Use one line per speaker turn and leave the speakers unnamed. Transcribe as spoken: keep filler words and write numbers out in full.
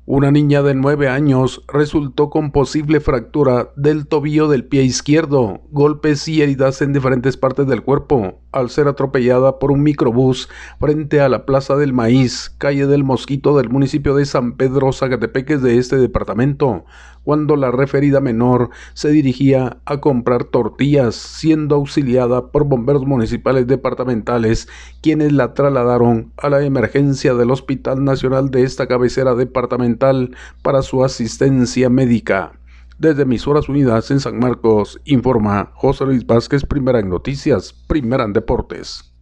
Una niña de nueve años resultó con posible fractura del tobillo del pie izquierdo, golpes y heridas en diferentes partes del cuerpo, al ser atropellada por un microbús frente a la Plaza del Maíz, calle del Mosquito del municipio de San Pedro Zacatepeques de este departamento, cuando la referida menor se dirigía a comprar tortillas, siendo auxiliada por bomberos municipales departamentales, quienes la trasladaron a la emergencia del Hospital Nacional de esta cabecera departamental para su asistencia médica. Desde Emisoras Unidas en San Marcos, informa José Luis Vázquez, primera en noticias, primera en deportes.